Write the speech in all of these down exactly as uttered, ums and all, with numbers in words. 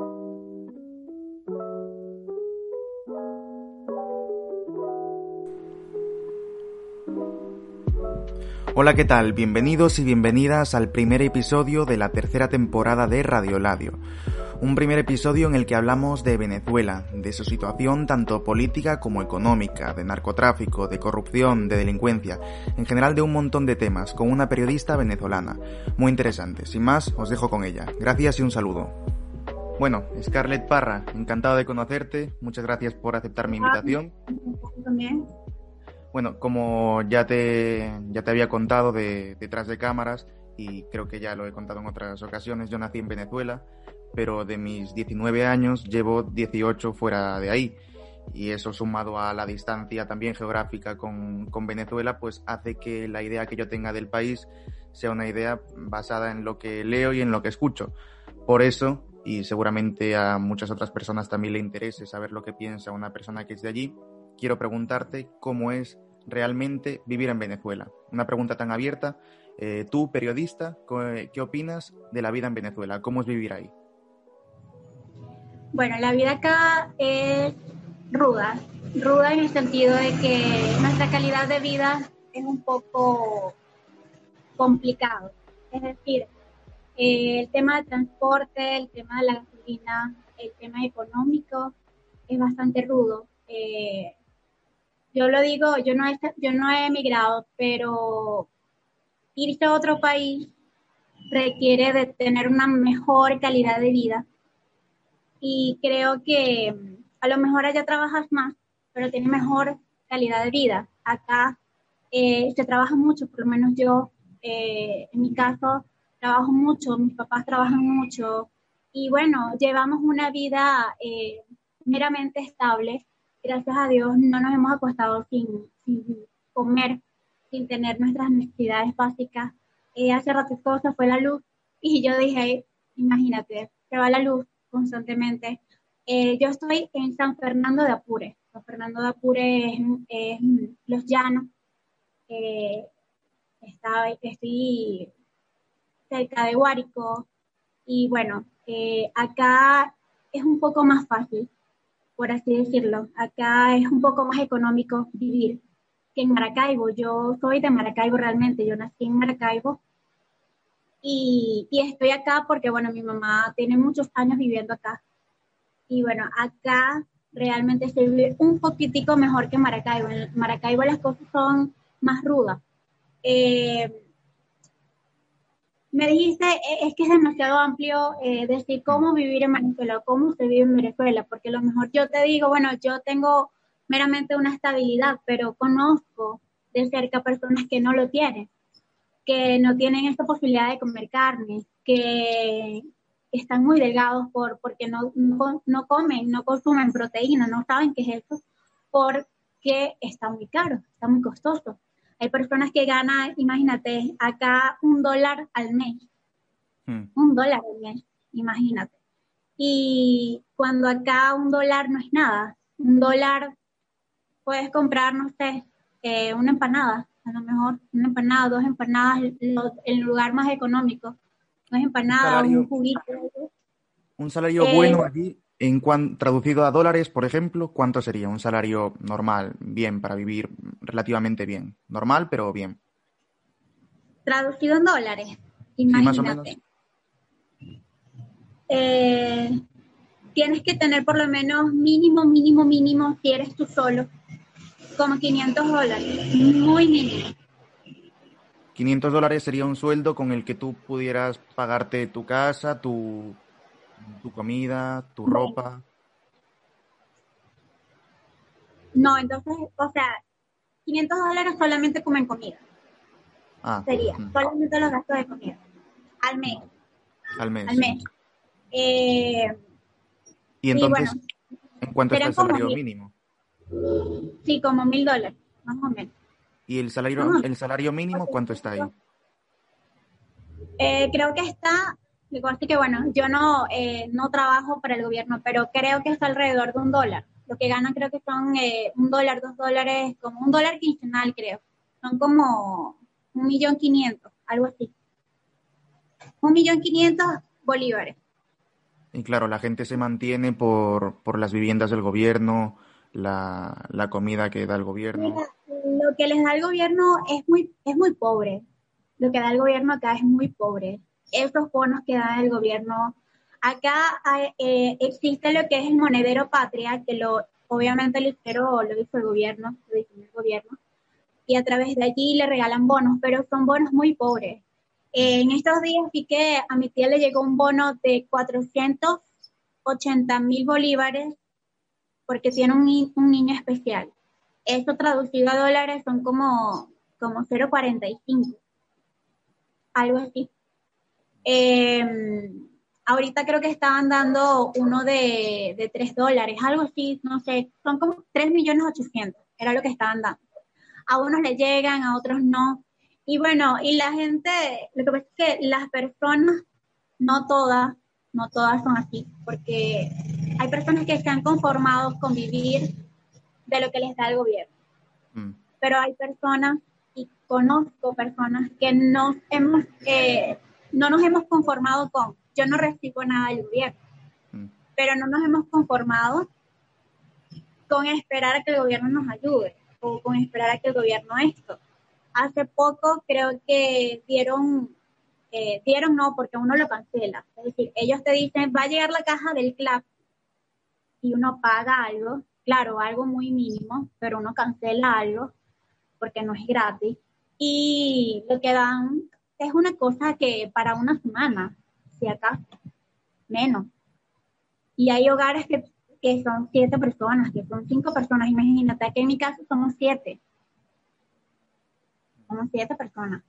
Hola, ¿qué tal? Bienvenidos y bienvenidas al primer episodio de la tercera temporada de Radioladio. Un primer episodio en el que hablamos de Venezuela, de su situación tanto política como económica, de narcotráfico, de corrupción, de delincuencia, en general de un montón de temas, con una periodista venezolana. Muy interesante. Sin más, os dejo con ella. Gracias y un saludo. Bueno, Scarlett Parra, encantado de conocerte. Muchas gracias por aceptar mi invitación. También. Bueno, como ya te, ya te había contado de, detrás de cámaras, y creo que ya lo he contado en otras ocasiones, yo nací en Venezuela, pero de mis diecinueve años llevo dieciocho fuera de ahí. Y eso, sumado a la distancia también geográfica con, con Venezuela, pues hace que la idea que yo tenga del país sea una idea basada en lo que leo y en lo que escucho. Por eso, y seguramente a muchas otras personas también le interese saber lo que piensa una persona que es de allí, quiero preguntarte cómo es realmente vivir en Venezuela. Una pregunta tan abierta. Eh, tú, periodista, ¿qué opinas de la vida en Venezuela? ¿Cómo es vivir ahí? Bueno, la vida acá es ruda, ruda en el sentido de que nuestra calidad de vida es un poco complicado. Es decir, eh, el tema del transporte, el tema de la gasolina, el tema económico es bastante rudo. Eh, yo lo digo, yo no he, yo no he emigrado, pero irse a otro país requiere de tener una mejor calidad de vida. Y creo que a lo mejor allá trabajas más, pero tienes mejor calidad de vida. Acá eh, se trabaja mucho, por lo menos yo, eh, en mi caso, trabajo mucho, mis papás trabajan mucho, y bueno, llevamos una vida eh, meramente estable. Gracias a Dios no nos hemos acostado sin, sin comer, sin tener nuestras necesidades básicas. Eh, hace ratito se fue la luz y yo dije, imagínate, se va la luz constantemente. Eh, yo estoy en San Fernando de Apure. San Fernando de Apure es, es Los Llanos. Eh, está, estoy cerca de Guárico. Y bueno, eh, acá es un poco más fácil, por así decirlo. Acá es un poco más económico vivir que en Maracaibo. Yo soy de Maracaibo realmente. Yo nací en Maracaibo. Y, y estoy acá porque, bueno, mi mamá tiene muchos años viviendo acá. Y bueno, acá realmente se vive un poquitico mejor que Maracaibo. En Maracaibo las cosas son más rudas. Eh, me dijiste, es que es demasiado amplio eh, decir cómo vivir en Venezuela, cómo se vive en Venezuela, porque a lo mejor yo te digo, bueno, yo tengo meramente una estabilidad, pero conozco de cerca personas que no lo tienen, que no tienen esta posibilidad de comer carne, que están muy delgados por, porque no, no, no comen, no consumen proteína, no saben qué es eso, porque está muy caro, está muy costoso. Hay personas que ganan, imagínate, acá un dólar al mes, hmm. un dólar al mes, imagínate. Y cuando acá un dólar no es nada, un dólar puedes comprar, no sé, eh, una empanada, a lo mejor una empanada, dos empanadas, lo, el lugar más económico, dos empanadas, un, salario, un juguito. Un salario eh, bueno allí, en cuan, traducido a dólares, por ejemplo, ¿cuánto sería un salario normal, bien, para vivir relativamente bien? Normal, pero bien. Traducido en dólares, imagínate. Sí, más o menos. Eh, tienes que tener por lo menos mínimo, mínimo, mínimo, si eres tú solo, como quinientos dólares, muy mínimo. quinientos dólares sería un sueldo con el que tú pudieras pagarte tu casa, tu, tu comida, tu bueno. ropa. No, entonces, o sea, quinientos dólares solamente como en comida. Ah, sería, uh-huh. solamente los gastos de comida. Al mes. Al mes. Al mes. Eh, y entonces, y bueno, ¿en cuánto está el salario mil. mínimo? Sí, como mil dólares, más o menos. ¿Y el salario, uh-huh. el salario mínimo cuánto está ahí? Eh, creo que está, igual sí que bueno, yo no, eh, no trabajo para el gobierno, pero creo que está alrededor de un dólar. Lo que ganan creo que son eh, un dólar, dos dólares, como un dólar quincenal creo. Son como un millón quinientos, algo así. Un millón quinientos bolívares. Y claro, la gente se mantiene por, por las viviendas del gobierno, la, la comida que da el Mira, gobierno. lo que les da el gobierno es muy, es muy pobre. Lo que da el gobierno acá es muy pobre. Esos bonos que da el gobierno, acá hay, eh, existe lo que es el monedero patria, que lo obviamente lo hizo, lo hizo el gobierno, lo hizo el gobierno, y a través de allí le regalan bonos, pero son bonos muy pobres. Mm, Eh, en estos días vi que a mi tía le llegó un bono de cuatrocientos ochenta mil bolívares porque tiene un, ni- un niño especial. Eso traducido a dólares son como, como cero coma cuarenta y cinco, algo así. Eh, ahorita creo que estaban dando uno de, de tres dólares, algo así, no sé, son como tres millones ochocientos, era lo que estaban dando. A unos le llegan, a otros no. Y bueno, y la gente, lo que pasa es que las personas, no todas, no todas son así, porque hay personas que se han conformado con vivir de lo que les da el gobierno, mm, pero hay personas, y conozco personas que no, hemos, eh, no nos hemos conformado con, yo no recibo nada del gobierno, mm. pero no nos hemos conformado con esperar a que el gobierno nos ayude o con esperar a que el gobierno esto. Hace poco creo que dieron, eh, dieron no, porque uno lo cancela. Es decir, ellos te dicen, va a llegar la caja del C L A P y uno paga algo, claro, algo muy mínimo, pero uno cancela algo porque no es gratis. Y lo que dan es una cosa que para una semana, si acaso, menos. Y hay hogares que, que son siete personas, que son cinco personas. Imagínate que en mi caso somos siete, somos siete personas.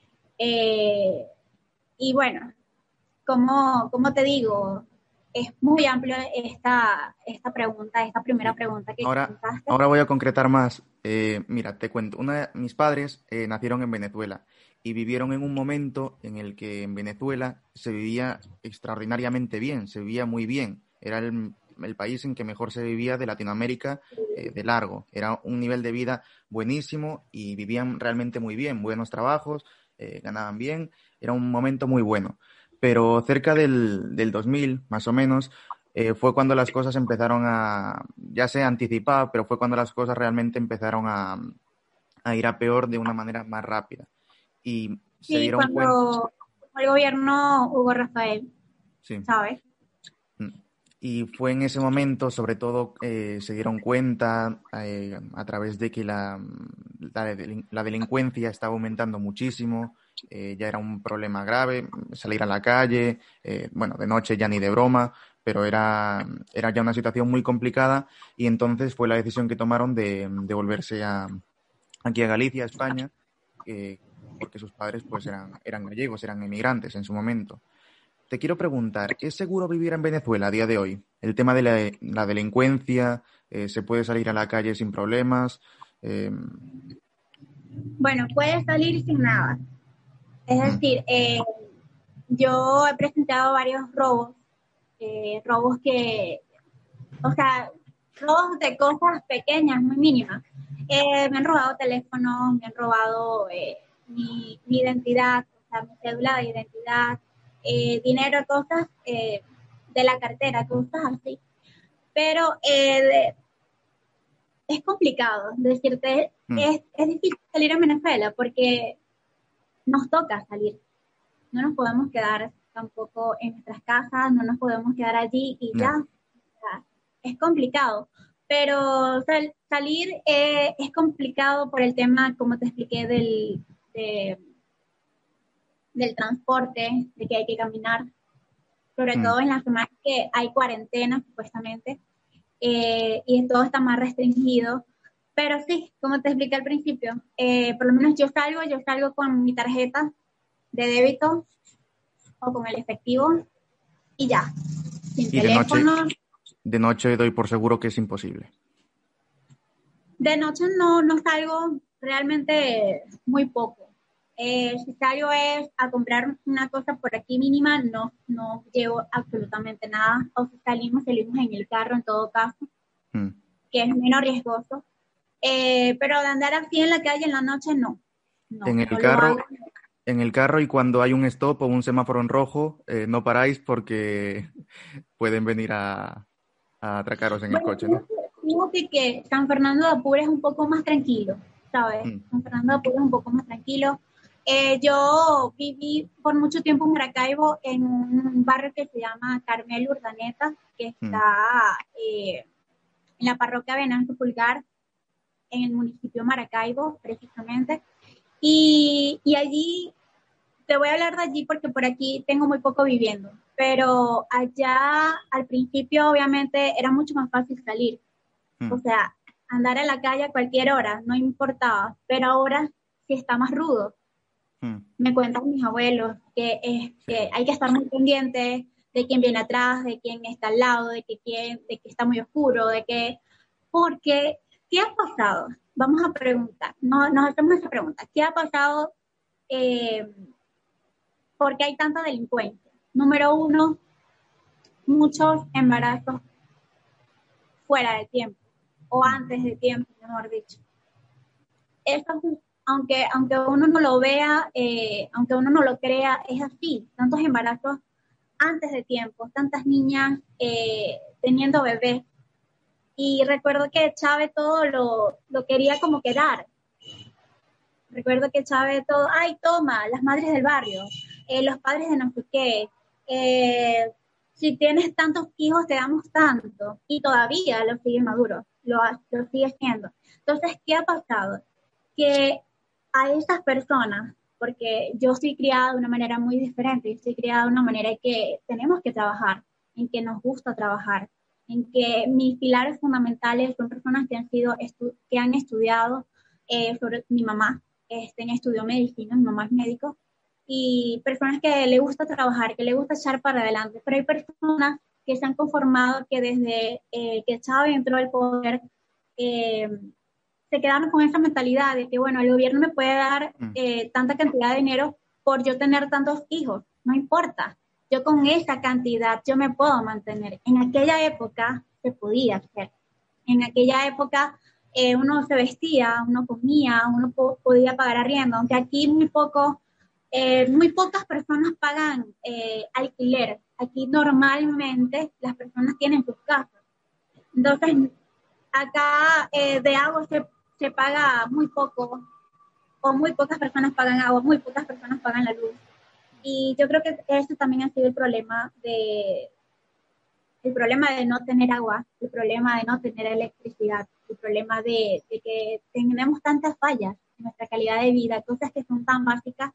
Eh, y bueno, como, como te digo, es muy amplio esta, esta pregunta, esta primera Sí. pregunta que Ahora, comentaste. ahora voy a concretar más. Eh, mira, te cuento. Una, mis padres eh, nacieron en Venezuela y vivieron en un momento en el que en Venezuela se vivía extraordinariamente bien, se vivía muy bien. Era el, el país en que mejor se vivía de Latinoamérica eh, de largo. Era un nivel de vida buenísimo y vivían realmente muy bien, buenos trabajos, eh, ganaban bien. Era un momento muy bueno. Pero cerca del, del dos mil, más o menos, eh, fue cuando las cosas empezaron a, ya se anticipaba, pero fue cuando las cosas realmente empezaron a, a ir a peor de una manera más rápida. Y se Sí, dieron cuenta, cuando el gobierno Hugo Rafael, sí, ¿sabes? mm, y fue en ese momento, sobre todo, eh, se dieron cuenta eh, a través de que la, la, la delincuencia estaba aumentando muchísimo, eh, ya era un problema grave, salir a la calle, eh, bueno, de noche ya ni de broma, pero era, era ya una situación muy complicada y entonces fue la decisión que tomaron de, de volverse a, aquí a Galicia, a España, eh, porque sus padres pues eran, eran gallegos, eran emigrantes en su momento. Te quiero preguntar, ¿es seguro vivir en Venezuela a día de hoy? El tema de la, la delincuencia, eh, ¿se puede salir a la calle sin problemas? Eh, Bueno, puede salir sin nada. Es mm, decir, eh, yo he presentado varios robos, eh, robos que, o sea, robos de cosas pequeñas, muy mínimas. Eh, me han robado teléfonos, me han robado eh, mi, mi identidad, o sea, mi cédula de identidad, eh, dinero, cosas eh, de la cartera, cosas así. Pero eh, de- es complicado, decirte, mm, es, es difícil salir en Venezuela porque nos toca salir. No nos podemos quedar tampoco en nuestras casas, no nos podemos quedar allí y ya. ya, O sea, es complicado. Pero sal, salir eh, es complicado por el tema, como te expliqué, del, de, del transporte, de que hay que caminar, sobre mm, todo en las semanas que hay cuarentena, supuestamente, eh, y todo está más restringido. Pero sí, como te expliqué al principio, eh, por lo menos yo salgo, yo salgo con mi tarjeta de débito o con el efectivo y ya, sin y de noche, teléfono. de noche doy por seguro que es imposible. De noche no, no salgo realmente muy poco. Eh, si salgo es a comprar una cosa por aquí mínima, no, no llevo absolutamente nada. O si salimos, salimos en el carro en todo caso, Mm. que es menos riesgoso. Eh, pero de andar así en la calle en la noche, no. En No, el no lo carro, hago. En el carro, y cuando hay un stop o un semáforo en rojo, eh, no paráis porque pueden venir a, a atracaros en el Bueno, coche, ¿no? fíjate que San Fernando de Apure es un poco más tranquilo, ¿sabes? Mm, San Fernando de Apure es un poco más tranquilo. Eh, yo viví por mucho tiempo en Maracaibo, en un barrio que se llama Carmel Urdaneta, que mm, está eh, en la parroquia Venancio Pulgar, en el municipio de Maracaibo, precisamente. Y, y allí, te voy a hablar de allí porque por aquí tengo muy poco viviendo, pero allá al principio obviamente era mucho más fácil salir, o mm, sea, andar en la calle a cualquier hora, no importaba, pero ahora sí está más rudo. mm. Me cuentan mis abuelos que, es, que Sí. hay que estar muy pendiente de quién viene atrás, de quién está al lado, de que, quién, de que está muy oscuro, de que... Porque, ¿qué ha pasado? Vamos a preguntar, no, nos hacemos esa pregunta. ¿Qué ha pasado? Eh, ¿Por qué hay tanta delincuencia? Número uno, muchos embarazos fuera de tiempo, o Mm, antes de tiempo, mejor dicho. Eso, aunque, aunque uno no lo vea, eh, aunque uno no lo crea, es así. Tantos embarazos antes de tiempo, tantas niñas eh, teniendo bebés. Y recuerdo que Chávez todo lo, lo quería como quedar. Recuerdo que Chávez todo, ay, toma, las madres del barrio, eh, los padres de no sé qué, eh, si tienes tantos hijos te damos tanto. Y todavía lo sigue Maduro, lo, lo sigue siendo. Entonces, ¿qué ha pasado? Que a esas personas, porque yo soy criada de una manera muy diferente, yo soy criada de una manera en que tenemos que trabajar, en que nos gusta trabajar, en que mis pilares fundamentales son personas que han sido estu que han estudiado, eh, sobre mi mamá, este, estudió medicina, mi mamá es médico, y personas que le gusta trabajar, que le gusta echar para adelante, pero hay personas que se han conformado que desde eh, que Chávez entró al poder, eh, se quedaron con esa mentalidad de que, bueno, el gobierno me puede dar mm. eh, tanta cantidad de dinero por yo tener tantos hijos, no importa, yo con esa cantidad yo me puedo mantener. En aquella época se podía hacer, en aquella época eh, uno se vestía, uno comía, uno po podía pagar arriendo, aunque aquí muy poco, eh, muy pocas personas pagan eh, alquiler. Aquí normalmente las personas tienen sus casas. Entonces, acá eh, de agua se, se paga muy poco, o muy pocas personas pagan agua, muy pocas personas pagan la luz. Y yo creo que ese también ha sido el problema de, el problema de no tener agua, el problema de no tener electricidad, el problema de, de que tenemos tantas fallas en nuestra calidad de vida, cosas que son tan básicas,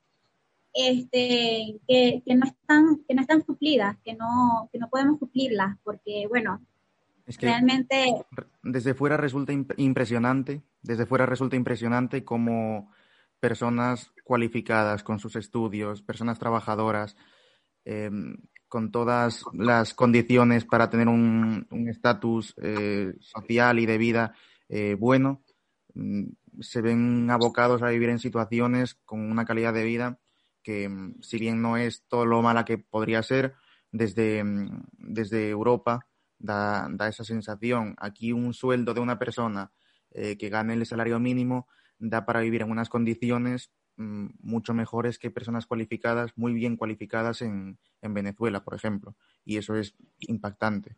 este, que, que no están, que no están suplidas, que no, que no podemos suplirlas, porque bueno, Es que realmente re- desde fuera resulta imp- impresionante, desde fuera resulta impresionante cómo personas cualificadas con sus estudios, personas trabajadoras, em, con todas las condiciones para tener un un estatus eh, social y de vida eh, bueno, mm, se ven abocados a vivir en situaciones con una calidad de vida que, mm, si bien no es todo lo mala que podría ser, desde, mm, desde Europa da, da esa sensación. Aquí un sueldo de una persona eh, que gane el salario mínimo da para vivir en unas condiciones mm, mucho mejores que personas cualificadas, muy bien cualificadas en, en Venezuela, por ejemplo. Y eso es impactante.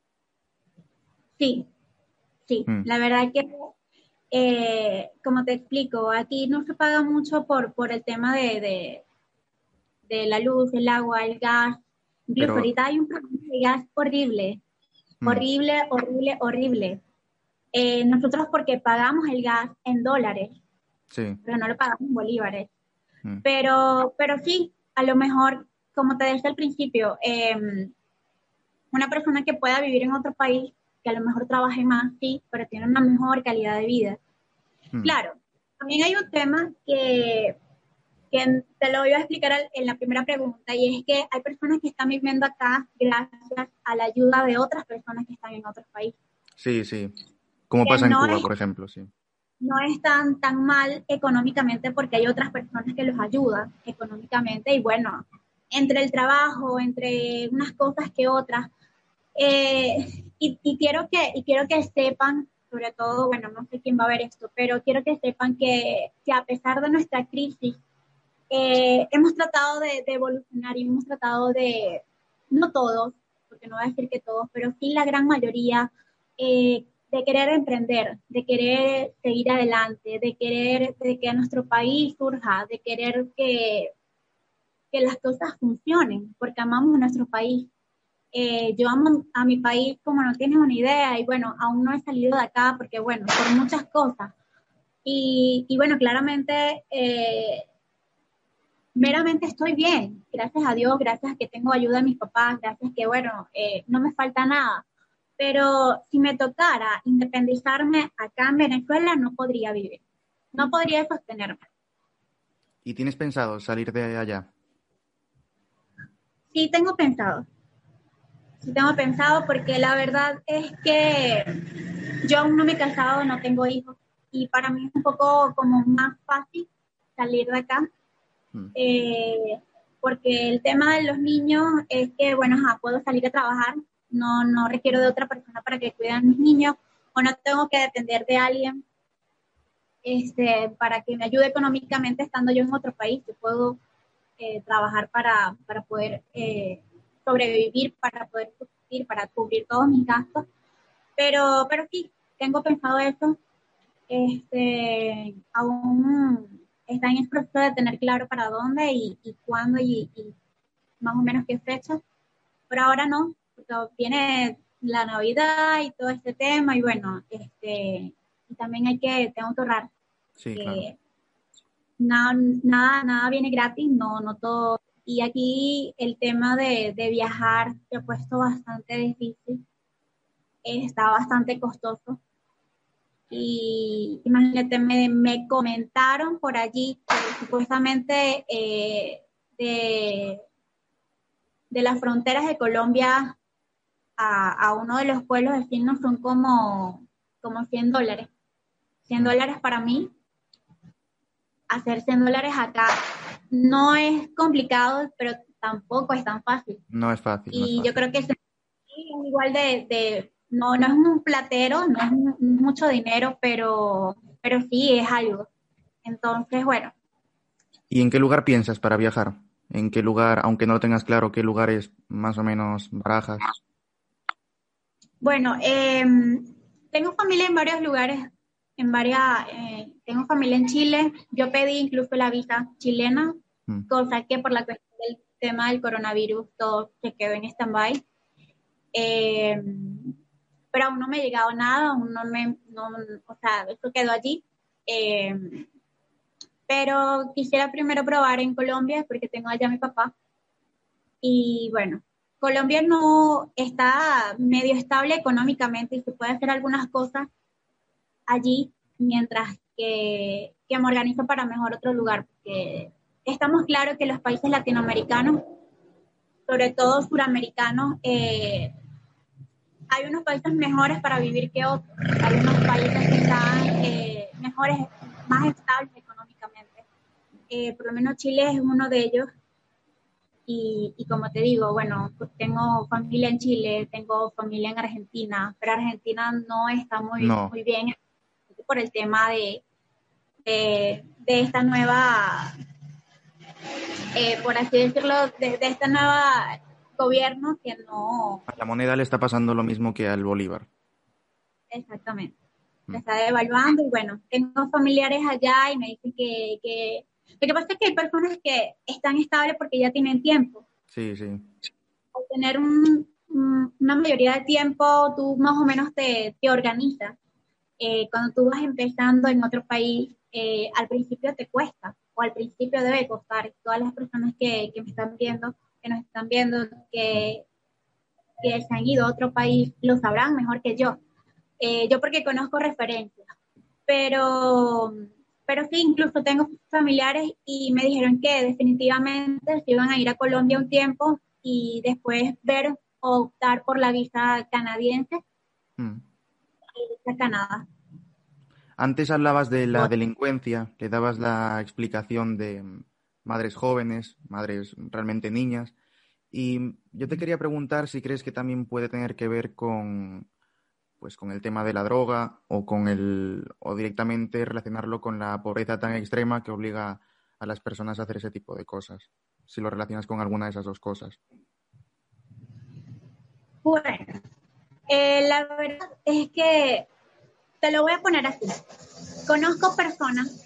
sí, sí, Mm, la verdad que, eh, como te explico, aquí no se paga mucho por, por el tema de, de, de la luz, el agua, el gas. Incluso pero, ahorita hay un problema de gas horrible, mm, horrible, horrible, horrible. Eh, nosotros porque pagamos el gas en dólares, sí, pero no lo pagamos en bolívares. mm, Pero, pero sí, a lo mejor, como te decía al principio, eh, una persona que pueda vivir en otro país, que a lo mejor trabaje más, sí, pero tiene una mejor calidad de vida. mm, Claro, también hay un tema que, que te lo voy a explicar en la primera pregunta, y es que hay personas que están viviendo acá gracias a la ayuda de otras personas que están en otros países. sí, sí. Como Que pasa en no Cuba, es, por ejemplo, sí. no están tan mal económicamente porque hay otras personas que los ayudan económicamente y bueno, entre el trabajo, entre unas cosas que otras. Eh, y, y, quiero que, y quiero que sepan, sobre todo, bueno, no sé quién va a ver esto, pero quiero que sepan que, que a pesar de nuestra crisis eh, hemos tratado de, de evolucionar y hemos tratado de, no todos, porque no voy a decir que todos, pero sí la gran mayoría, eh, de querer emprender, de querer seguir adelante, de querer de que nuestro país surja, de querer que, que las cosas funcionen, porque amamos nuestro país. Eh, yo amo a mi país como no tienes una idea y bueno, aún no he salido de acá porque bueno, por muchas cosas. Y, y bueno, claramente, eh, meramente estoy bien, gracias a Dios, gracias a que tengo ayuda de mis papás, gracias a que bueno, eh, no me falta nada. Pero si me tocara independizarme acá en Venezuela, no podría vivir, no podría sostenerme. ¿Y tienes pensado salir de allá? Sí tengo pensado, sí tengo pensado porque la verdad es que yo aún no me he casado, no tengo hijos y para mí es un poco como más fácil salir de acá, Mm. eh, porque el tema de los niños es que, bueno, ajá, puedo salir a trabajar, no, no requiero de otra persona para que cuiden a mis niños o no tengo que depender de alguien este, para que me ayude económicamente estando yo en otro país. Yo puedo eh, trabajar para, para poder eh, sobrevivir, para poder subsistir, para cubrir todos mis gastos. Pero, pero sí, tengo pensado eso. Este, aún está en el proceso de tener claro para dónde y, y cuándo y, y más o menos qué fecha. Por ahora no, porque viene la Navidad y todo este tema y bueno, este, y también hay que, tengo que ahorrar, Sí, claro. que nada, nada, nada viene gratis, no, no todo. Y aquí el tema de, de viajar se ha puesto bastante difícil, eh, está bastante costoso. Y imagínate, me, me comentaron por allí que supuestamente eh, de, de las fronteras de Colombia a, a uno de los pueblos vecinos son como, como cien dólares. cien Mm. dólares para mí, hacer cien dólares acá no es complicado, pero tampoco es tan fácil. No es fácil, no es Y yo fácil. creo que es igual de, de no, no es un platero, no es un- mucho dinero, pero, pero sí es algo. Entonces, bueno, ¿Y en qué lugar piensas para viajar? ¿En qué lugar, aunque no lo tengas claro, qué lugares más o menos barajas? bueno, eh, tengo familia en varios lugares, en varias, eh, tengo familia en Chile, yo pedí incluso la visa chilena, Mm. cosa que por la cuestión del tema del coronavirus todo se quedó en stand-by. Eh, pero aún no me ha llegado nada, aún no me, no, o sea, esto quedó allí. Eh, pero quisiera primero probar en Colombia porque tengo allá a mi papá. Y bueno, Colombia no está medio estable económicamente y se puede hacer algunas cosas allí mientras que, que me organizo para mejor otro lugar. Porque estamos claros que los países latinoamericanos, sobre todo suramericanos, eh, hay unos países mejores para vivir que otros. Hay unos países que están eh, mejores, más estables económicamente. Eh, por lo menos Chile es uno de ellos. Y, y como te digo, bueno, pues tengo familia en Chile, tengo familia en Argentina, pero Argentina no está muy, No. muy bien por el tema de, de, de esta nueva, eh, por así decirlo, de, de esta nueva gobierno que no, A la moneda le está pasando lo mismo que al bolívar. exactamente, se Mm. está devaluando y bueno, tengo familiares allá y me dicen que, que lo que pasa es que hay personas que están estables porque ya tienen tiempo. Sí, sí. Al tener un, un, una mayoría de tiempo, tú más o menos te, te organizas. Eh, cuando tú vas empezando en otro país, eh, al principio te cuesta, o al principio debe costar. Todas las personas que, que me están viendo, que nos están viendo, Mm. que, que se han ido a otro país, lo sabrán mejor que yo. Eh, yo porque conozco referencias, pero, pero sí, incluso tengo familiares y me dijeron que definitivamente se iban a ir a Colombia un tiempo y después ver o optar por la visa canadiense Mm. y a Canadá. Antes hablabas de la Bueno, delincuencia, le dabas la explicación de mm, madres jóvenes, madres realmente niñas, y yo te quería preguntar si crees que también puede tener que ver con, pues, con el tema de la droga o con el, o directamente relacionarlo con la pobreza tan extrema que obliga a las personas a hacer ese tipo de cosas, si lo relacionas con alguna de esas dos cosas. Bueno, eh, la verdad es que te lo voy a poner así. Conozco personas,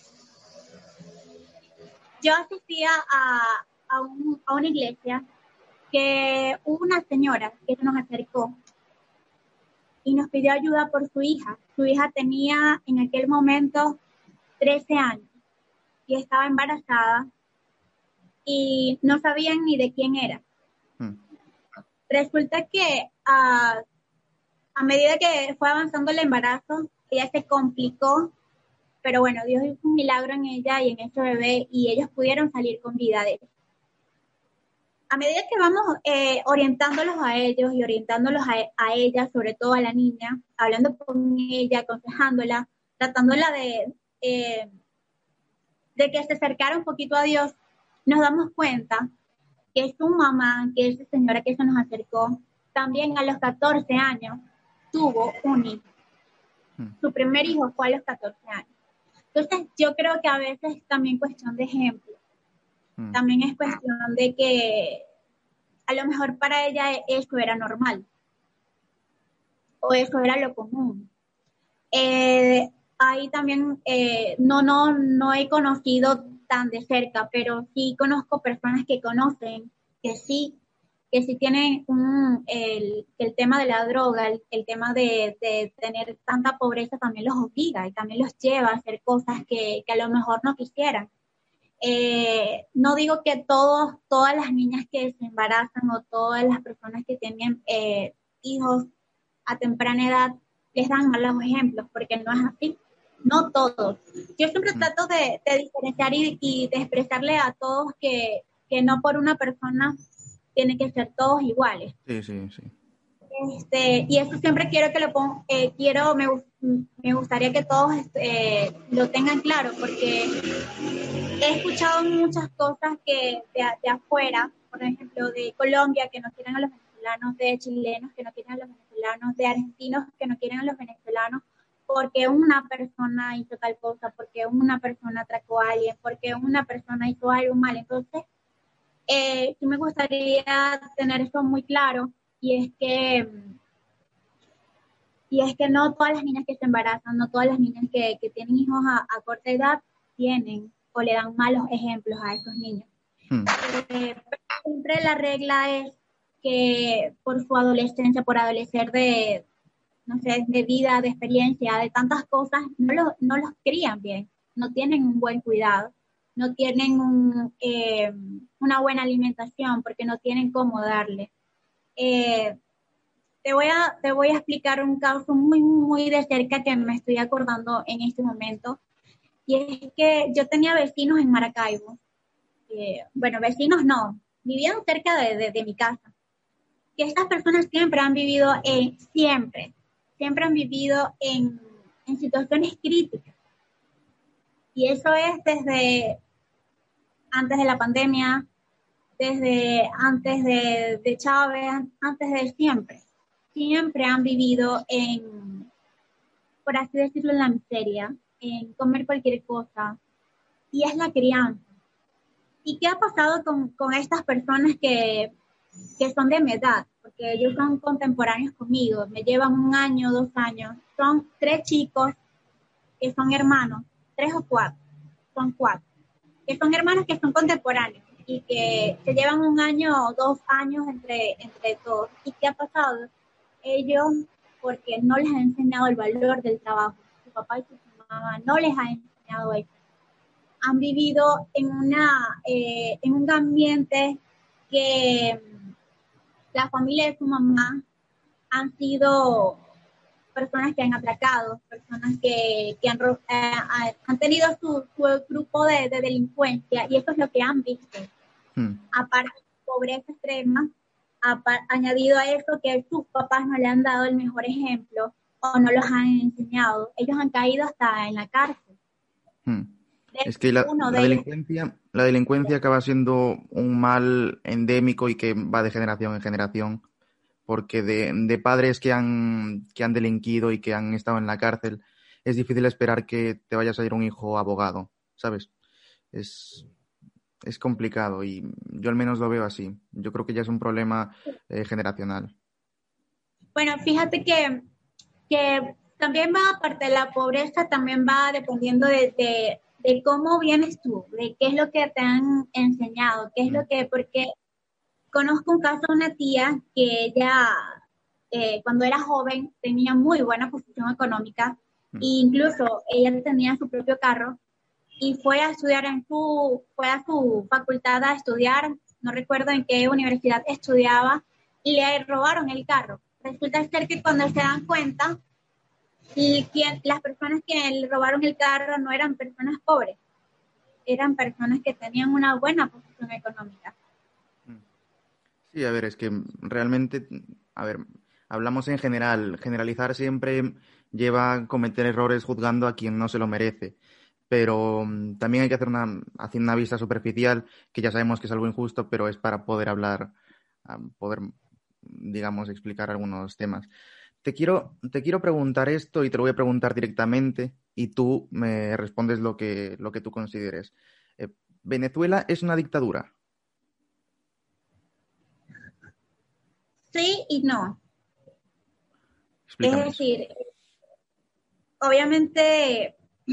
yo asistía a, a, un, a una iglesia que hubo una señora que se nos acercó y nos pidió ayuda por su hija. Su hija tenía en aquel momento trece años y estaba embarazada y no sabían ni de quién era. Hmm. Resulta que uh, a medida que fue avanzando el embarazo, ella se complicó, pero bueno, Dios hizo un milagro en ella y en ese bebé y ellos pudieron salir con vida de él. A medida que vamos eh, orientándolos a ellos y orientándolos a, a ella, sobre todo a la niña, hablando con ella, aconsejándola, tratándola de, eh, de que se acercara un poquito a Dios, nos damos cuenta que su mamá, que esa señora que se nos acercó, también a los catorce años tuvo un hijo. Hmm. Su primer hijo fue a los catorce años. Entonces, yo creo que a veces es también cuestión de ejemplo. Hmm. También es cuestión de que a lo mejor para ella eso era normal. O eso era lo común. Eh, ahí también eh, no, no, no he conocido tan de cerca, pero sí conozco personas que conocen, que sí, que sí tienen un, el, el tema de la droga, el, el tema de, de tener tanta pobreza también los obliga y también los lleva a hacer cosas que, que a lo mejor no quisieran. Eh, no digo que todos, todas las niñas que se embarazan o todas las personas que tienen eh, hijos a temprana edad les dan malos ejemplos, porque no es así. No todos. Yo siempre mm. trato de, de diferenciar y, y de expresarle a todos que, que no por una persona tiene que ser todos iguales. Sí, sí, sí. Este, y eso siempre quiero que lo ponga, eh, quiero, me, me gustaría que todos eh, lo tengan claro, porque he escuchado muchas cosas que de, de afuera, por ejemplo, de Colombia, que no quieren a los venezolanos, de chilenos que no quieren a los venezolanos, de argentinos que no quieren a los venezolanos, porque una persona hizo tal cosa, porque una persona atracó a alguien, porque una persona hizo algo mal. Entonces, eh, sí me gustaría tener eso muy claro, y es que y es que no todas las niñas que se embarazan, no todas las niñas que, que tienen hijos a, a corta edad tienen o le dan malos ejemplos a esos niños. Hmm. Eh, siempre la regla es que por su adolescencia, por adolecer de, no sé, de vida, de experiencia, de tantas cosas, no, lo, no los crían bien, no tienen un buen cuidado, no tienen un, eh, una buena alimentación porque no tienen cómo darle. Eh, te, voy a, te voy a explicar un caso muy, muy de cerca que me estoy acordando en este momento. Y es que yo tenía vecinos en Maracaibo. Eh, bueno, vecinos no, vivían cerca de, de, de mi casa. Que estas personas siempre han vivido en, siempre, siempre han vivido en, en situaciones críticas. Y eso es desde antes de la pandemia, desde antes de, de Chávez, antes de siempre. Siempre han vivido en, por así decirlo, en la miseria, en comer cualquier cosa. Y es la crianza. ¿Y qué ha pasado con, con estas personas que, que son de mi edad? Porque ellos son contemporáneos conmigo, me llevan un año, dos años. Son tres chicos que son hermanos, tres o cuatro, son cuatro, que son hermanos que son contemporáneos y que se llevan un año o dos años entre, entre todos. ¿Y qué ha pasado? Ellos, porque no les han enseñado el valor del trabajo, su papá y su mamá no les han enseñado eso. Han vivido en, una, eh, en un ambiente que la familia de su mamá han sido personas que han atracado, personas que, que han, eh, han tenido su, su grupo de, de delincuencia, y eso es lo que han visto. Hmm. Aparte de pobreza extrema, apar, añadido a eso que sus papás no le han dado el mejor ejemplo o no los han enseñado, ellos han caído hasta en la cárcel. Hmm. Es que la, la, delincuencia, la delincuencia acaba siendo un mal endémico y que va de generación en generación, porque de, de padres que han, que han delinquido y que han estado en la cárcel, es difícil esperar que te vaya a salir un hijo abogado, ¿sabes? Es, es complicado y yo al menos lo veo así. Yo creo que ya es un problema eh, generacional. Bueno, fíjate que, que también va, aparte de la pobreza, también va dependiendo de, de, de cómo vienes tú, de qué es lo que te han enseñado, qué es Mm, lo que, porque conozco un caso de una tía que ella, eh, cuando era joven, tenía muy buena posición económica, e mm, incluso ella tenía su propio carro y fue a estudiar en su, fue a su facultad a estudiar, no recuerdo en qué universidad estudiaba, y le robaron el carro. Resulta ser que cuando se dan cuenta, y quien, las personas que le robaron el carro no eran personas pobres, eran personas que tenían una buena posición económica. mm. Sí, a ver, es que realmente, a ver, hablamos en general. Generalizar siempre lleva a cometer errores juzgando a quien no se lo merece. Pero mm, también hay que hacer una, hacer una vista superficial, que ya sabemos que es algo injusto, pero es para poder hablar, ah, poder, digamos, explicar algunos temas. Te quiero, te quiero preguntar esto y te lo voy a preguntar directamente y tú me respondes lo que, lo que tú consideres. Eh, ¿Venezuela es una dictadura? Sí y no. Es Explícame eso. decir, obviamente,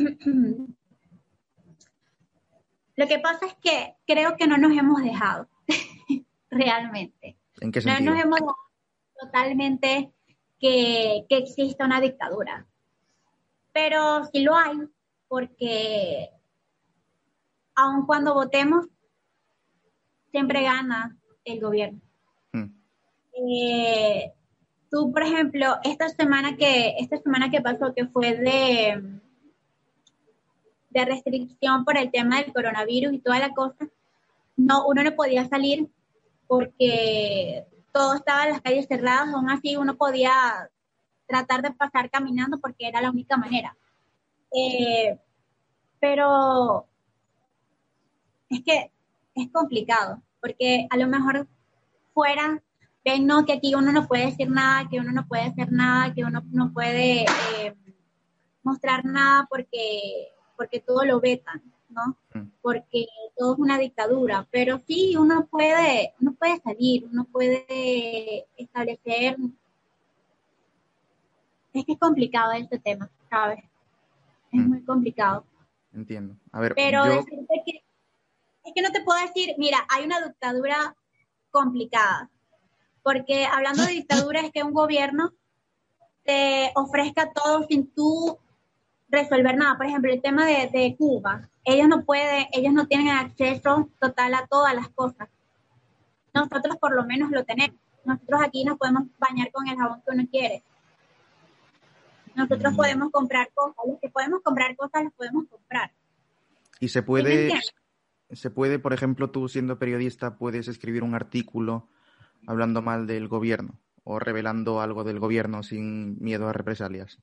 lo que pasa es que creo que no nos hemos dejado, realmente. ¿En qué No nos sentido? hemos dejado totalmente que, que exista una dictadura. Pero sí lo hay, porque aun cuando votemos, siempre gana el gobierno. Mm, Eh, tú, por ejemplo, esta semana que, esta semana que pasó, que fue de, de restricción por el tema del coronavirus y toda la cosa, no, uno no podía salir porque todo estaba en las calles cerradas, aún así uno podía tratar de pasar caminando porque era la única manera. Eh, pero es que es complicado, porque a lo mejor fuera, ven, no, que aquí uno no puede decir nada, que uno no puede hacer nada, que uno no puede eh, mostrar nada porque, porque todo lo vetan, ¿no? mm, Porque todo es una dictadura, pero sí, uno puede, uno puede salir, uno puede establecer, es que es complicado este tema, ¿sabes? Es mm, muy complicado. entiendo. A ver, Pero yo, decirte que, es que no te puedo decir, mira, hay una dictadura complicada, porque hablando de dictadura es que un gobierno te ofrezca todo sin tú resolver nada. Por ejemplo, el tema de, de Cuba, ellos no pueden, ellos no tienen acceso total a todas las cosas. Nosotros por lo menos lo tenemos. Nosotros aquí nos podemos bañar con el jabón que uno quiere. Nosotros y, podemos comprar cosas, los que podemos comprar cosas, los podemos comprar. y se ¿Sí me puede, entiendes? se puede, por ejemplo, tú siendo periodista, puedes escribir un artículo hablando mal del gobierno o revelando algo del gobierno sin miedo a represalias.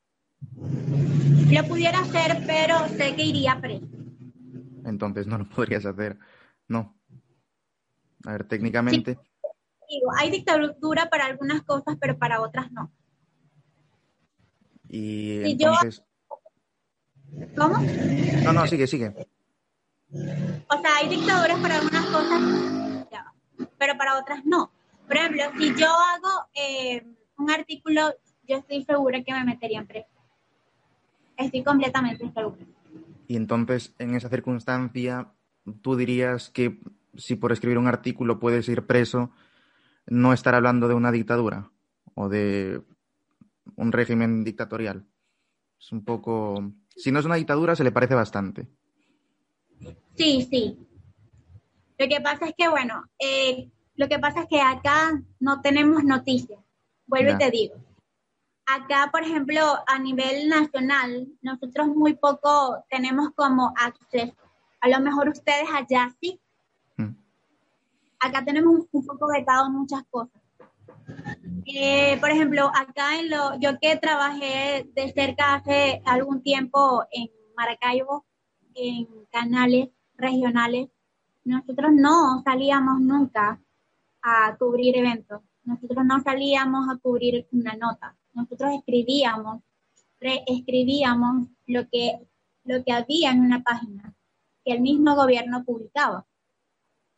Lo pudiera hacer, pero sé que iría preso. Entonces no lo podrías hacer. No. A ver, Sí, técnicamente. digo, hay dictadura para algunas cosas, pero para otras no. Y Si yo, entonces. ¿cómo? No, no, sigue, sigue. O sea, hay dictaduras para algunas cosas, ya, pero para otras no. Por ejemplo, si yo hago eh, un artículo, yo estoy segura que me meterían preso. Estoy completamente segura. Y entonces, en esa circunstancia, tú dirías que si por escribir un artículo puedes ir preso, no estar hablando de una dictadura o de un régimen dictatorial. Es un poco. Si no es una dictadura, se le parece bastante. Sí, sí. Lo que pasa es que, bueno, eh, lo que pasa es que acá no tenemos noticias. Vuelvo y Ya. te digo. Acá, por ejemplo, a nivel nacional, nosotros muy poco tenemos como acceso. A lo mejor ustedes allá sí. Mm. Acá tenemos un, un poco vetado muchas cosas. Eh, por ejemplo, acá en lo, yo que trabajé de cerca hace algún tiempo en Maracaibo, en canales regionales, nosotros no salíamos nunca a cubrir eventos, nosotros no salíamos a cubrir una nota, nosotros escribíamos, reescribíamos lo que, lo que había en una página que el mismo gobierno publicaba.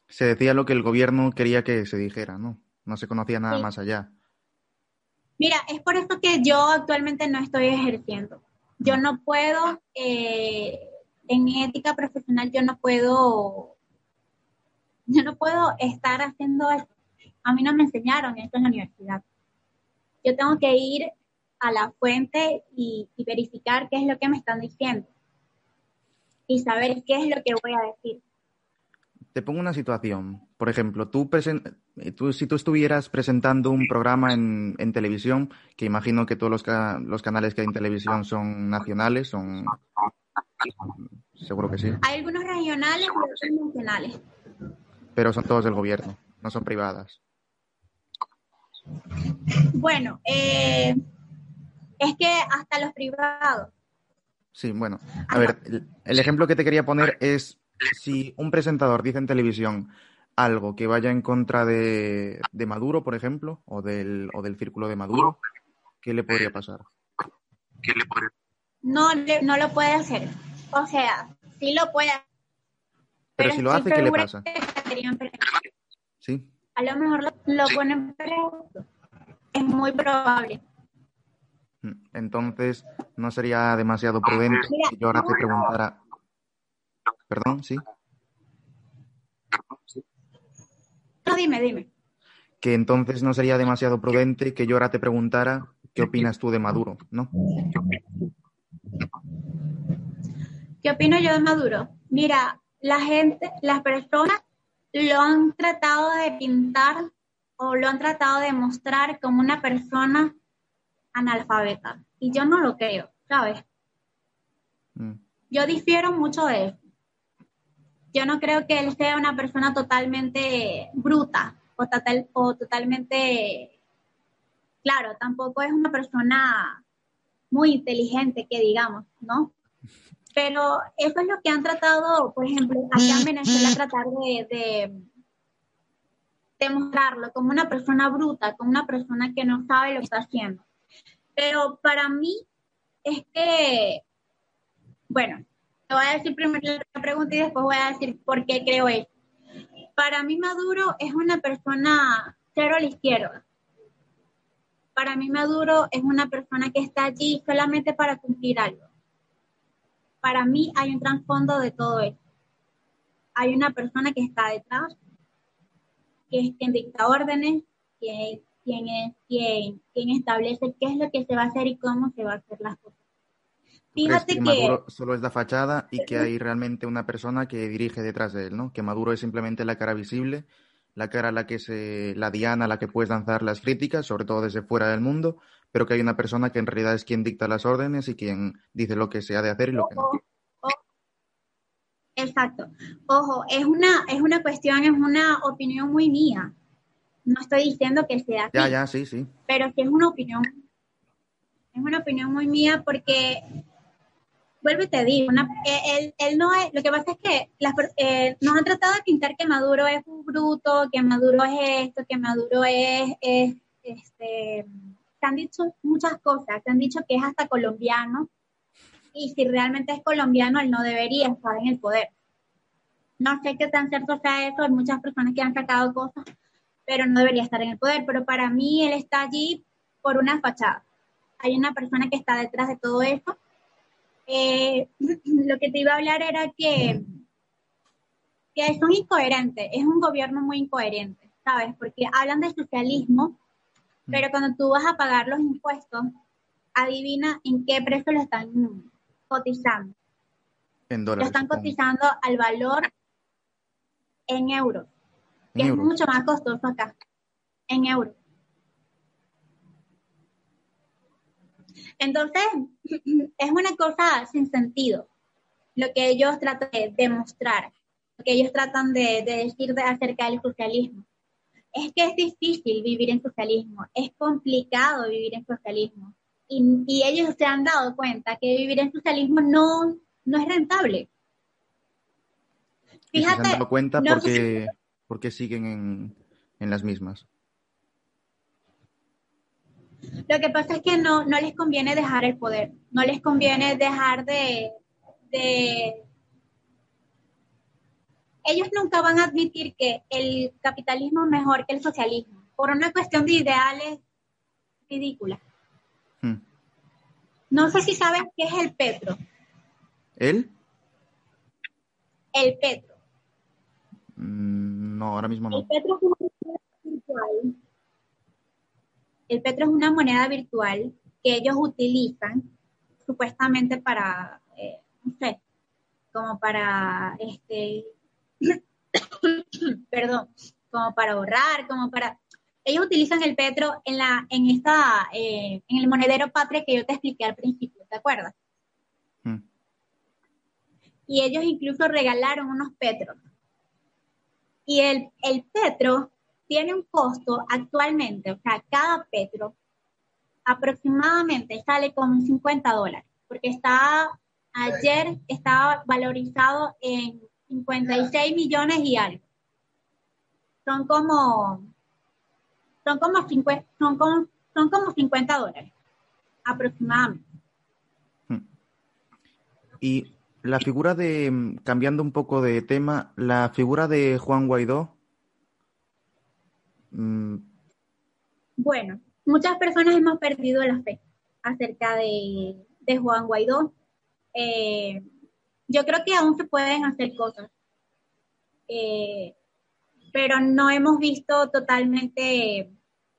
Se decía lo que el gobierno quería que se dijera, ¿no? No se conocía nada Sí. más allá. Mira, es por eso que yo actualmente no estoy ejerciendo. Yo Mm. no puedo, eh, en mi ética profesional, yo no puedo, yo no puedo estar haciendo eso. A mí no me enseñaron esto en la universidad. Yo tengo que ir a la fuente y, y verificar qué es lo que me están diciendo y saber qué es lo que voy a decir. Te pongo una situación. Por ejemplo, tú, presen- eh, tú si tú estuvieras presentando un programa en, en televisión, que imagino que todos los, ca- los canales que hay en televisión son nacionales, son seguro que sí, Hay algunos regionales y otros nacionales. pero son todos del gobierno, no son privadas. Bueno, eh, es que hasta los privados. Sí, bueno, a Ah, no. ver, el, el ejemplo que te quería poner es si un presentador dice en televisión algo que vaya en contra de, de Maduro, por ejemplo, o del, o del círculo de Maduro, ¿qué le podría pasar? No, le- no lo puede hacer. O sea, sí lo puede hacer, Pero pero si lo estoy hace, ¿qué le segura pasa? que estarían presos. Sí. A lo mejor lo, lo ponen preso. Es muy probable. Mm, Entonces, no sería demasiado prudente Mira, que yo ahora te preguntara, perdón, sí, no, dime, dime. que entonces no sería demasiado prudente que yo ahora te preguntara qué opinas tú de Maduro, ¿no? ¿Qué opino yo de Maduro? Mira, la gente, las personas lo han tratado de pintar o lo han tratado de mostrar como una persona analfabeta. Y yo no lo creo, ¿sabes? Mm, Yo difiero mucho de eso. Yo no creo que él sea una persona totalmente bruta o, total, o totalmente, claro, tampoco es una persona muy inteligente, que digamos, ¿no? Pero eso es lo que han tratado, por ejemplo, acá en Venezuela, tratar de, de, de mostrarlo como una persona bruta, como una persona que no sabe lo que está haciendo. Pero para mí es que, bueno, te voy a decir primero la pregunta y después voy a decir por qué creo eso. Para mí Maduro es una persona cero a la izquierda. Para mí Maduro es una persona que está allí solamente para cumplir algo. Para mí hay un trasfondo de todo esto. Hay una persona que está detrás, que es quien dicta órdenes, quien, quien es quien, quien establece qué es lo que se va a hacer y cómo se va a hacer las cosas. ¿Tú crees Fíjate que que Maduro solo es la fachada y que hay realmente una persona que dirige detrás de él, ¿no? Que Maduro es simplemente la cara visible, la cara a la que se, la diana a la que puedes lanzar las críticas, sobre todo desde fuera del mundo, pero que hay una persona que en realidad es quien dicta las órdenes y quien dice lo que se ha de hacer y lo que no. ojo, ojo, exacto. Ojo, es una, es una cuestión, es una opinión muy mía. No estoy diciendo que sea Ya, así, ya, sí, sí. pero sí es una opinión, es una opinión muy mía porque, vuelvo y te digo, una, él, él no es, lo que pasa es que las, eh, nos han tratado de pintar que Maduro es un bruto, que Maduro es esto, que Maduro es, es este, se han dicho muchas cosas, se han dicho que es hasta colombiano, y si realmente es colombiano, él no debería estar en el poder. No sé qué tan cierto sea eso, hay muchas personas que han sacado cosas, pero no debería estar en el poder, pero para mí él está allí por una fachada. Hay una persona que está detrás de todo eso. Eh, lo que te iba a hablar era que, que son incoherentes, es un gobierno muy incoherente, ¿sabes? Porque hablan de socialismo, pero cuando tú vas a pagar los impuestos, adivina en qué precio lo están cotizando. En Lo dólares, están supongo. cotizando al valor en euros, En que es euros. mucho más costoso acá, en euros. Entonces, es una cosa sin sentido lo que ellos tratan de demostrar, lo que ellos tratan de, de decir de, acerca del socialismo. Es que es difícil vivir en socialismo, es complicado vivir en socialismo. Y, y ellos se han dado cuenta que vivir en socialismo no, no es rentable. Y si se han Fíjate, dado cuenta, no ¿por sé si qué, por qué siguen en, en las mismas? lo que pasa es que no, no les conviene dejar el poder, no les conviene dejar de, de ellos nunca van a admitir que el capitalismo es mejor que el socialismo, por una cuestión de ideales ridículas. Hmm. No sé si sabes qué es el petro. ¿Él? El petro. Mm, no, ahora mismo El no. petro es una moneda virtual. El petro es una moneda virtual que ellos utilizan supuestamente para, eh, no sé, como para, este, perdón, como para ahorrar, como para... Ellos utilizan el petro en la, en esta, eh, en el monedero patria que yo te expliqué al principio, ¿te acuerdas? Hmm. Y ellos incluso regalaron unos petros. Y el, el petro tiene un costo actualmente, o sea, cada petro aproximadamente sale como cincuenta dólares, porque está, ayer estaba valorizado en cincuenta y seis millones y algo. Son como, son como cincuenta, son como, son como cincuenta dólares aproximadamente. Hmm. Y la figura de, cambiando un poco de tema, la figura de Juan Guaidó, mmm, Bueno, muchas personas hemos perdido la fe acerca de, de Juan Guaidó. Eh, yo creo que aún se pueden hacer cosas, eh, pero no hemos visto totalmente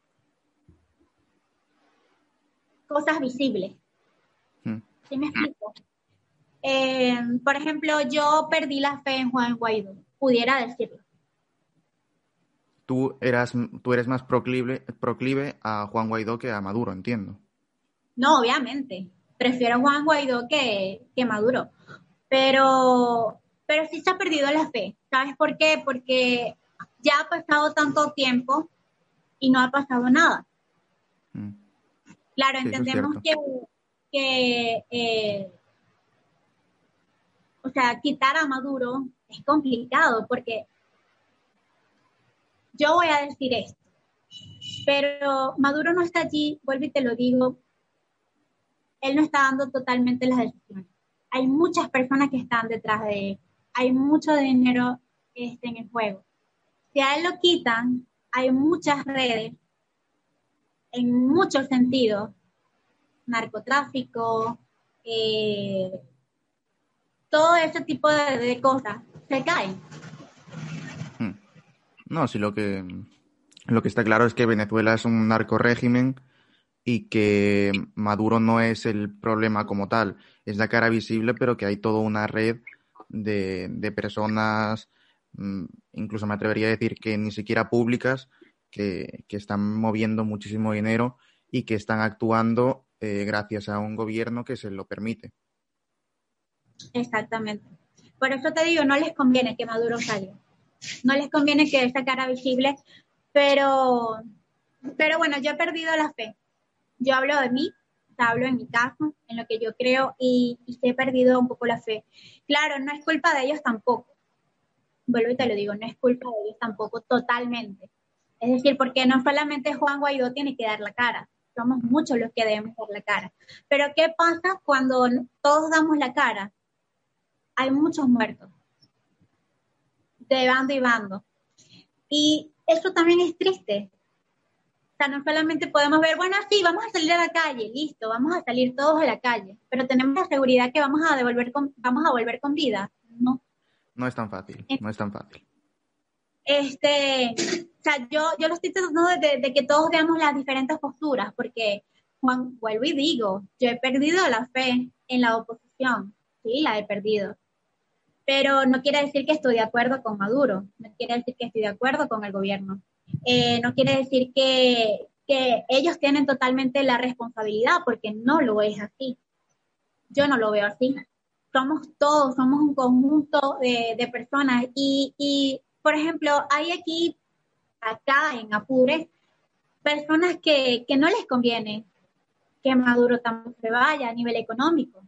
cosas visibles. hmm. ¿Sí me explico? Eh, por ejemplo, yo perdí la fe en Juan Guaidó, pudiera decirlo. Tú eras, tú eres más proclive, proclive a Juan Guaidó que a Maduro, entiendo. No, obviamente, prefiero a Juan Guaidó que, que Maduro, pero, pero sí se ha perdido la fe. ¿Sabes por qué? Porque ya ha pasado tanto tiempo y no ha pasado nada. Hmm. Claro, Sí, eso es entendemos cierto. que, que eh, o sea, quitar a Maduro es complicado porque yo voy a decir esto, pero Maduro no está allí, vuelvo y te lo digo, él no está dando totalmente las decisiones. Hay muchas personas que están detrás de él, hay mucho dinero este, en el juego. Si a él lo quitan, hay muchas redes, en muchos sentidos, narcotráfico, eh, todo ese tipo de, de cosas, se caen. Hmm. No, sí, lo que, lo que está claro es que Venezuela es un narcorrégimen y que Maduro no es el problema como tal, es la cara visible, pero que hay toda una red de, de personas, mm, incluso me atrevería a decir que ni siquiera públicas, que, que están moviendo muchísimo dinero y que están actuando eh, gracias a un gobierno que se lo permite. Exactamente. Por eso te digo, no les conviene que Maduro salga. No les conviene que esa cara visible, pero, pero bueno, yo he perdido la fe. Yo hablo de mí, hablo en mi caso, en lo que yo creo, y, y he perdido un poco la fe. Claro, no es culpa de ellos tampoco. Vuelvo y te lo digo, no es culpa de ellos tampoco totalmente. Es decir, porque no solamente Juan Guaidó tiene que dar la cara, somos muchos los que debemos dar la cara. Pero ¿qué pasa cuando todos damos la cara? Hay muchos muertos, de bando y bando. Y eso también es triste. O sea, no solamente podemos ver, bueno, sí, vamos a salir a la calle, listo, vamos a salir todos a la calle, pero tenemos la seguridad que vamos a devolver con, vamos a volver con vida, ¿no? No es tan fácil, no es tan fácil. Este, o sea, yo, yo lo estoy tratando de, de que todos veamos las diferentes posturas, porque, Juan, vuelvo y digo, yo he perdido la fe en la oposición, sí, la he perdido, pero no quiere decir que estoy de acuerdo con Maduro, no quiere decir que estoy de acuerdo con el gobierno, eh, no quiere decir que, que ellos tienen totalmente la responsabilidad, porque no lo es así, yo no lo veo así. Somos todos, somos un conjunto de, de personas y, y, por ejemplo, hay aquí, acá en Apure, personas que, que no les conviene que Maduro tampoco se vaya a nivel económico.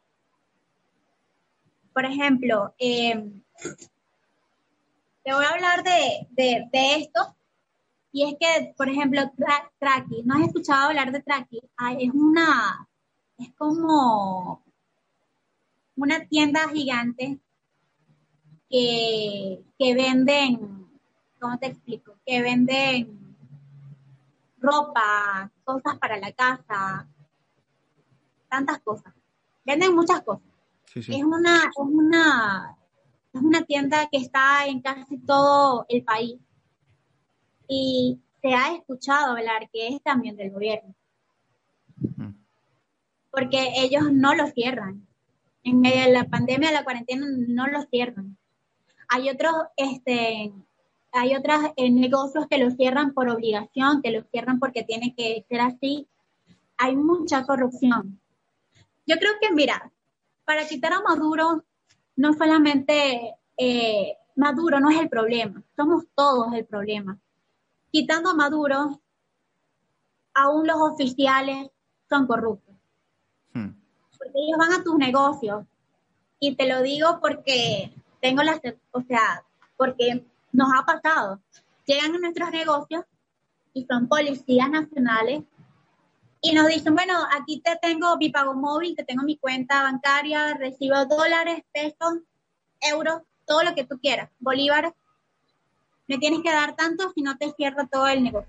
Por ejemplo, eh, te voy a hablar de, de, de esto, y es que, por ejemplo, Tra Traki, ¿no has escuchado hablar de Traki? Ah, es una, es como una tienda gigante que, que venden, ¿cómo te explico? Que venden ropa, cosas para la casa, tantas cosas. Venden muchas cosas. Sí, sí. Es una, es una, es una tienda que está en casi todo el país y se ha escuchado hablar que es también del gobierno. Mm. Porque ellos no lo cierran. En medio de la pandemia, de la cuarentena, no lo cierran. Hay otros, este, hay otros eh, negocios que lo cierran por obligación, que lo cierran porque tiene que ser así. Hay mucha corrupción. Yo creo que, mira, para quitar a Maduro, no solamente eh, Maduro no es el problema, somos todos el problema. Quitando a Maduro, aún los oficiales son corruptos. Hmm. Porque ellos van a tus negocios. Y te lo digo porque tengo la, o sea, porque nos ha pasado. Llegan a nuestros negocios y son policías nacionales y nos dicen, bueno, aquí te tengo mi pago móvil, te tengo mi cuenta bancaria, recibo dólares, pesos, euros, todo lo que tú quieras, bolívares. Me tienes que dar tanto si no te cierro todo el negocio.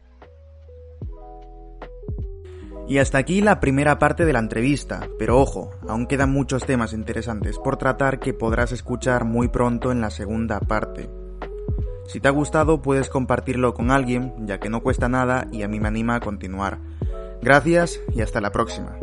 Y hasta aquí la primera parte de la entrevista, pero ojo, aún quedan muchos temas interesantes por tratar que podrás escuchar muy pronto en la segunda parte. Si te ha gustado puedes compartirlo con alguien, ya que no cuesta nada y a mí me anima a continuar. Gracias y hasta la próxima.